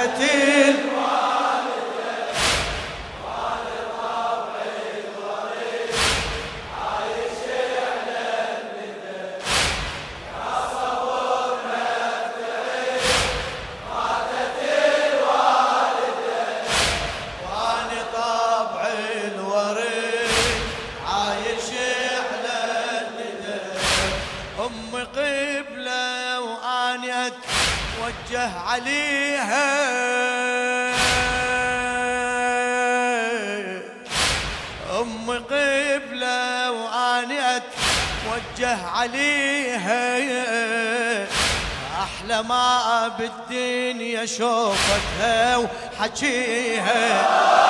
ماتت وجه عليها أم قبلة وأنا أتوجه عليها أحلى ما بالدنيا شوفتها وحكيها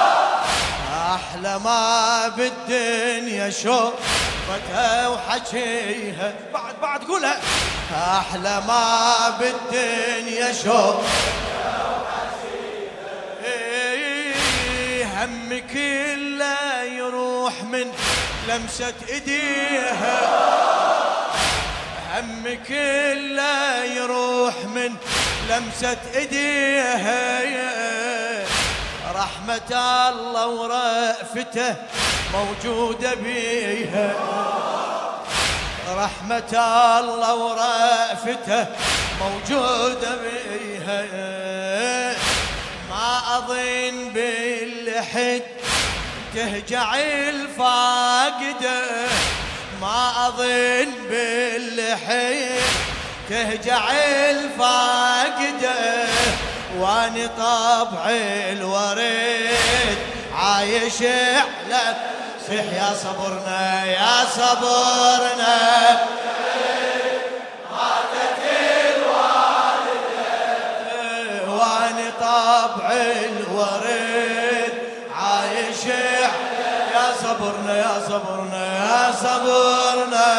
أحلى ما بالدنيا شوفتها وحكيها بعد قولها أحلى ما بالدنيا شوفتها وحكيها همي كله يروح من لمسة ايديها همي كله يروح من لمسة ايديها رحمة الله ورأفته موجودة بيها رحمة الله ورأفته موجودة بيها ما أظن بالحد تهجع الفاقدة ما أظن بالحد تهجع الفاقدة واني طبع الورد عايش على صيح يا صبرنا يا صبرنا ماتت الوالدة واني طبع الورد عايش يا صبرنا يا صبرنا يا صبرنا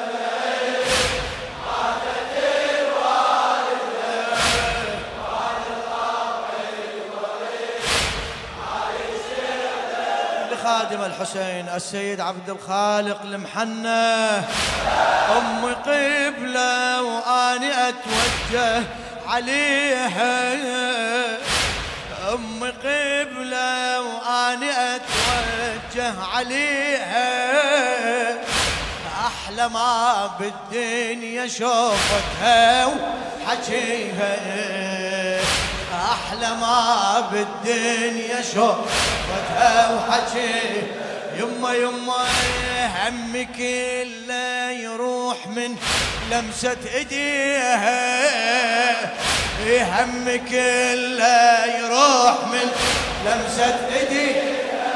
خادم الحسين السيد عبد الخالق المحنى أم قبلة وأني أتوجه عليها أم قبلة وأني أتوجه عليها أحلى ما بالدنيا شوفتها وحكيها أحلى ما بالدنيا شوفتها وحكيها يما همي كله يروح من لمسة ايديها همي كله يروح من لمسة ايديها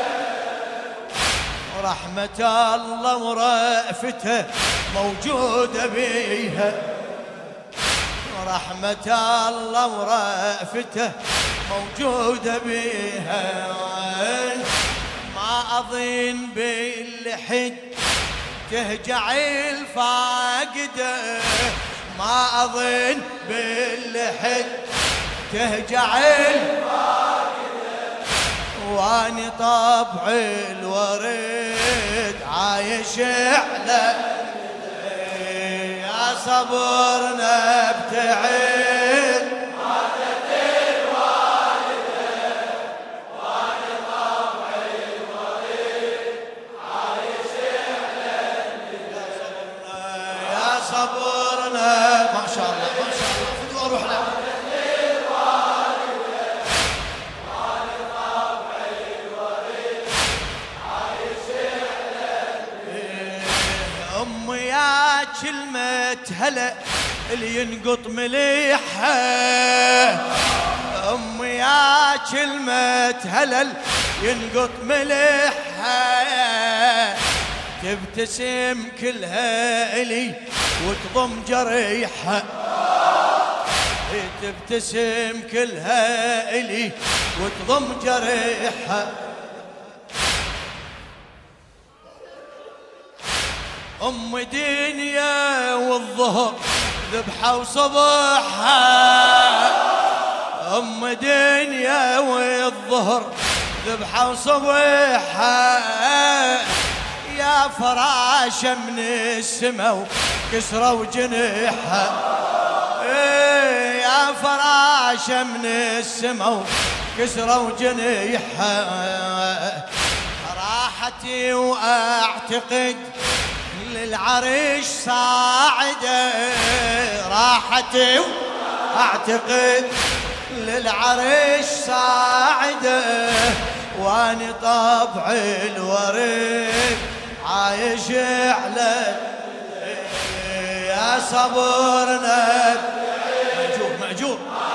رحمة الله ورأفته موجودة بيها رحمة الله ورأفته موجودة بيها ما أظن بالحد تهجع الفاقدة ما أظن بالحد تهجع الفاقدة واني طبع الورد عايش على يا صبرنا ابتعد ماتت الوالدة وأنا طبع الورد عايش على يا صبرنا ما شاء الله ما شاء الله فدوا أروح لك كلمة هلا اللي ينقط مليحة أمي يا كلمة هلا اللي ينقط مليحة تبتسم كلها إلي وتضم جريحة تبتسم كلها إلي وتضم جريحة أم دنيا والظهر ذبحة وصبحها أم دنيا والظهر ذبحة وصبحها يا فراشة من السما وكسرة وجنيحها يا فراشة من السما كسروا جنيحها، راحتي واعتقد للعرش صاعدة، راحتي واعتقد للعرش صاعدة، واني طبع الورد عايش على يا صبرنا مأجور مأجور.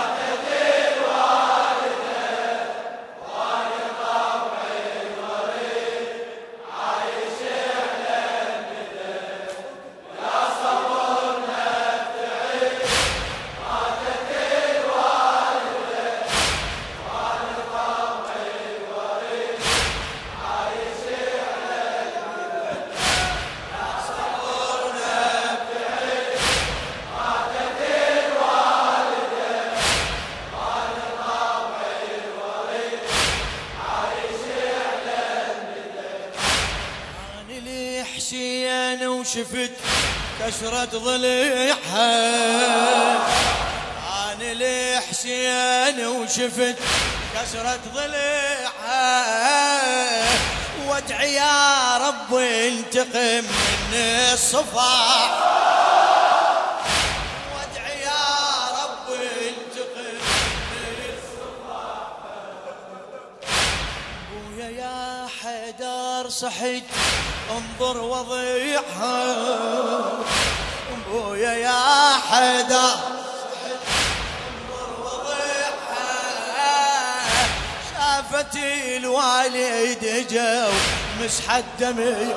حسين وشفت كسرة ضليعها، أنا لحسين وشفت كسرة ضليعها، وادعي يا رب انتقم من الصفاح، وادعي يا رب انتقم من الصفاح. ويا يا حيدر صحيت انظر وضيعها، ابويا يا حيدر انظر وضيعها، شافت الوالد جو مسحت دمي،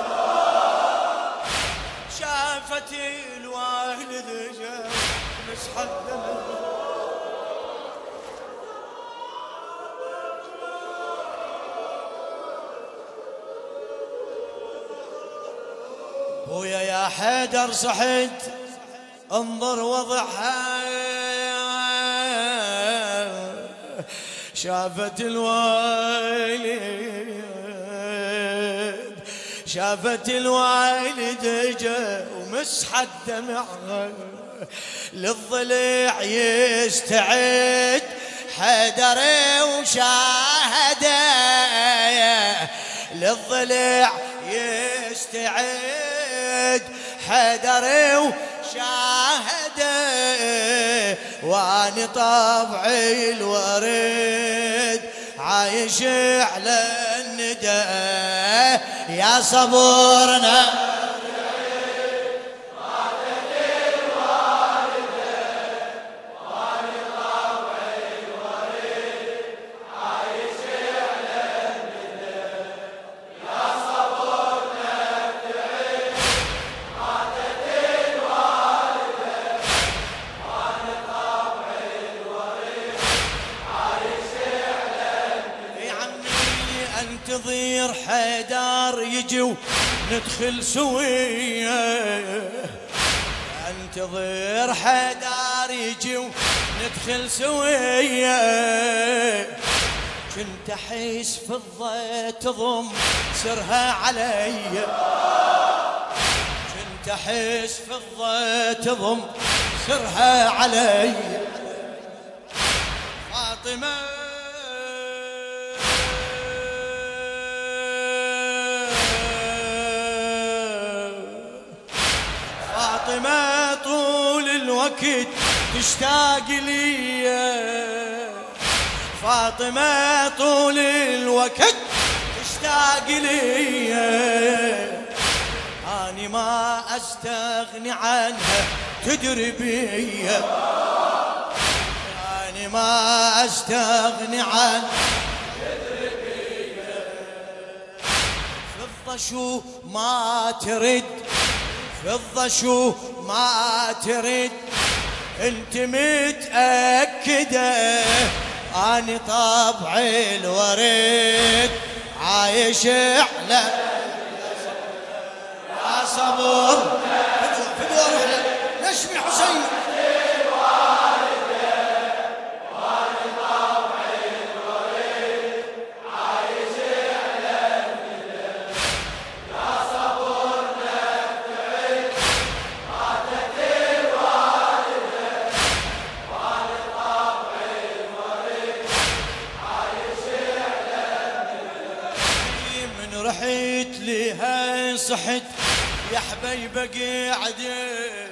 شافت الوالد جو مسحت دمي. ويا يا حيدر صحت انظر وضعها، شافت الوالد شافت الوالد جا ومسحت دمعها، للضلع يستعد حيدر وشاهده، للضلع يستعد حيدر وشاهده، واني طبعي الورد عايش على الندى، يا صبرنا انتظر حيدر يجي وندخل سوية، انتظر حيدر يجي وندخل سوية، كنت احس فضة تضم سرها علي، كنت احس فضة تضم سرها علي. فاطمة فاطمة طول الوقت تشتاق لي، فاطمة طول الوقت تشتاق لي، أني ما أستغني عنها تدري بي، أني ما أستغني عنها تدري بي. فضة شو ما ترد، فضة شو ما ترد، انت متأكدة اني طبعي الورد عايش على يا صبر. فدوى روح نشمي حسين. صحت يا حبيبة قاعدين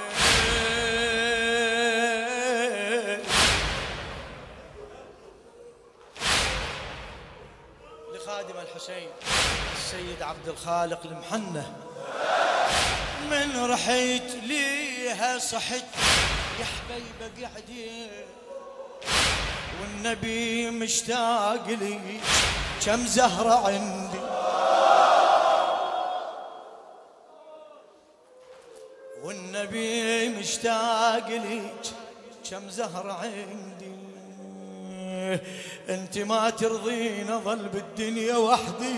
لخادم الحسين السيد عبد الخالق المحنة. من رحت ليها صحت يا حبيبة قاعدين والنبي مشتاق لي كم زهرة عندي والنبي مشتاق لي كم زهرة عندي. انت ما ترضين اظل بالدنيا وحدي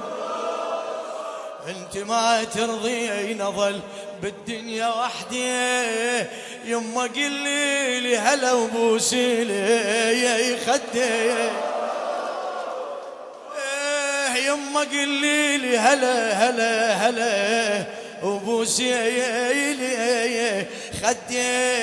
انت ما ترضين اظل بالدنيا وحدي. يما قلي لي هلا وبوسي لي يا خدي يما قلي لي هلا هلا هلا وبوسي لي خدي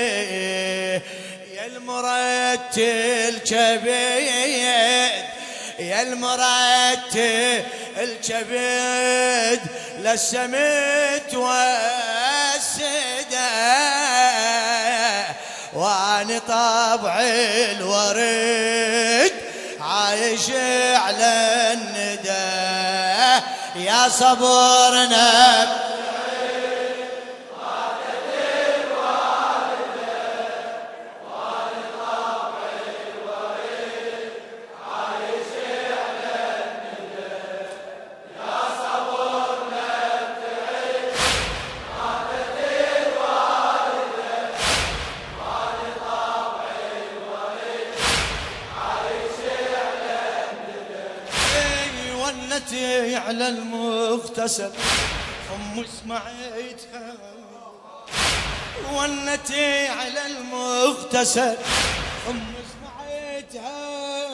يا المرتل كبيد يا المرتل الكبد للسمت والسدى واني طبعي الورد عايش على الندى يا صبرنا على المغتسل أم سمعتها ونتي على المغتسل أم سمعتها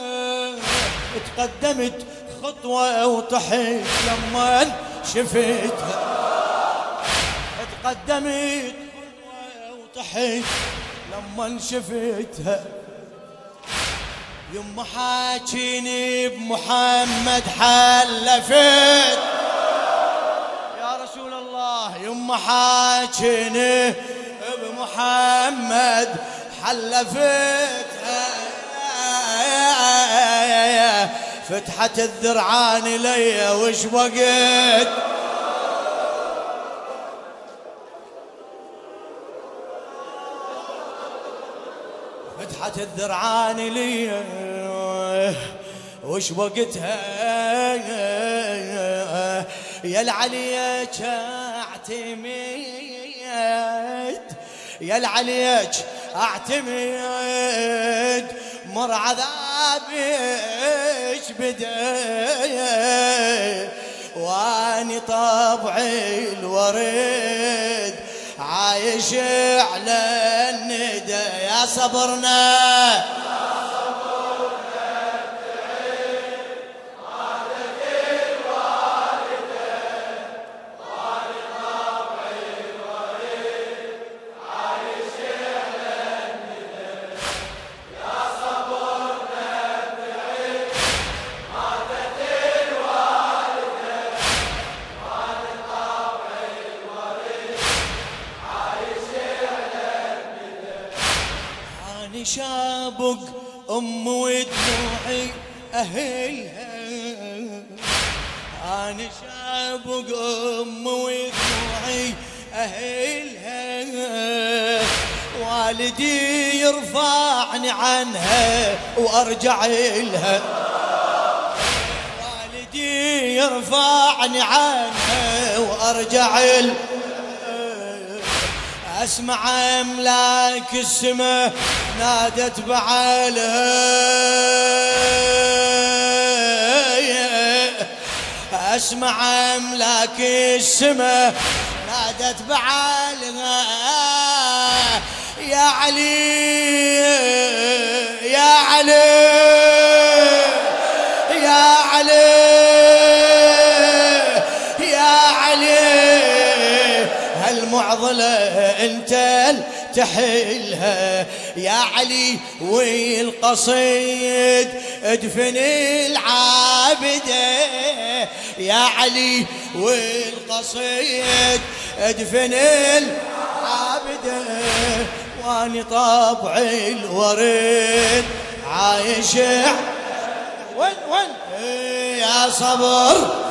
تقدمت خطوة وطحت لما شفتها تقدمت خطوة وطحت لما شفتها. يما حاجيني بمحمد حلفت يا رسول الله يما حاجيني بمحمد حلفت فتحت الذرعان لي وش وقت فتحت الذرعان لي وش وقتها يا العليك اعتمد يا العليك اعتمد مر عذابك بدا واني طبعي الورد عايش على الندى يا صبرنا شابق أم ودموعي أهلها أنا شابق أم ودموعي أهلها والدي يرفعني عنها وأرجع لها والدي يرفعني عنها وأرجع لها أسمع أملاك السماء نادت بعالها أسمع أملاك السماء نادت بعالها يا علي يا علي يا علي يا علي هالمعضلة انت تحلها يا علي والقصيد ادفن العابدة يا علي والقصيد ادفن العابده، واني طبعي الورد عايش. وين يا صبر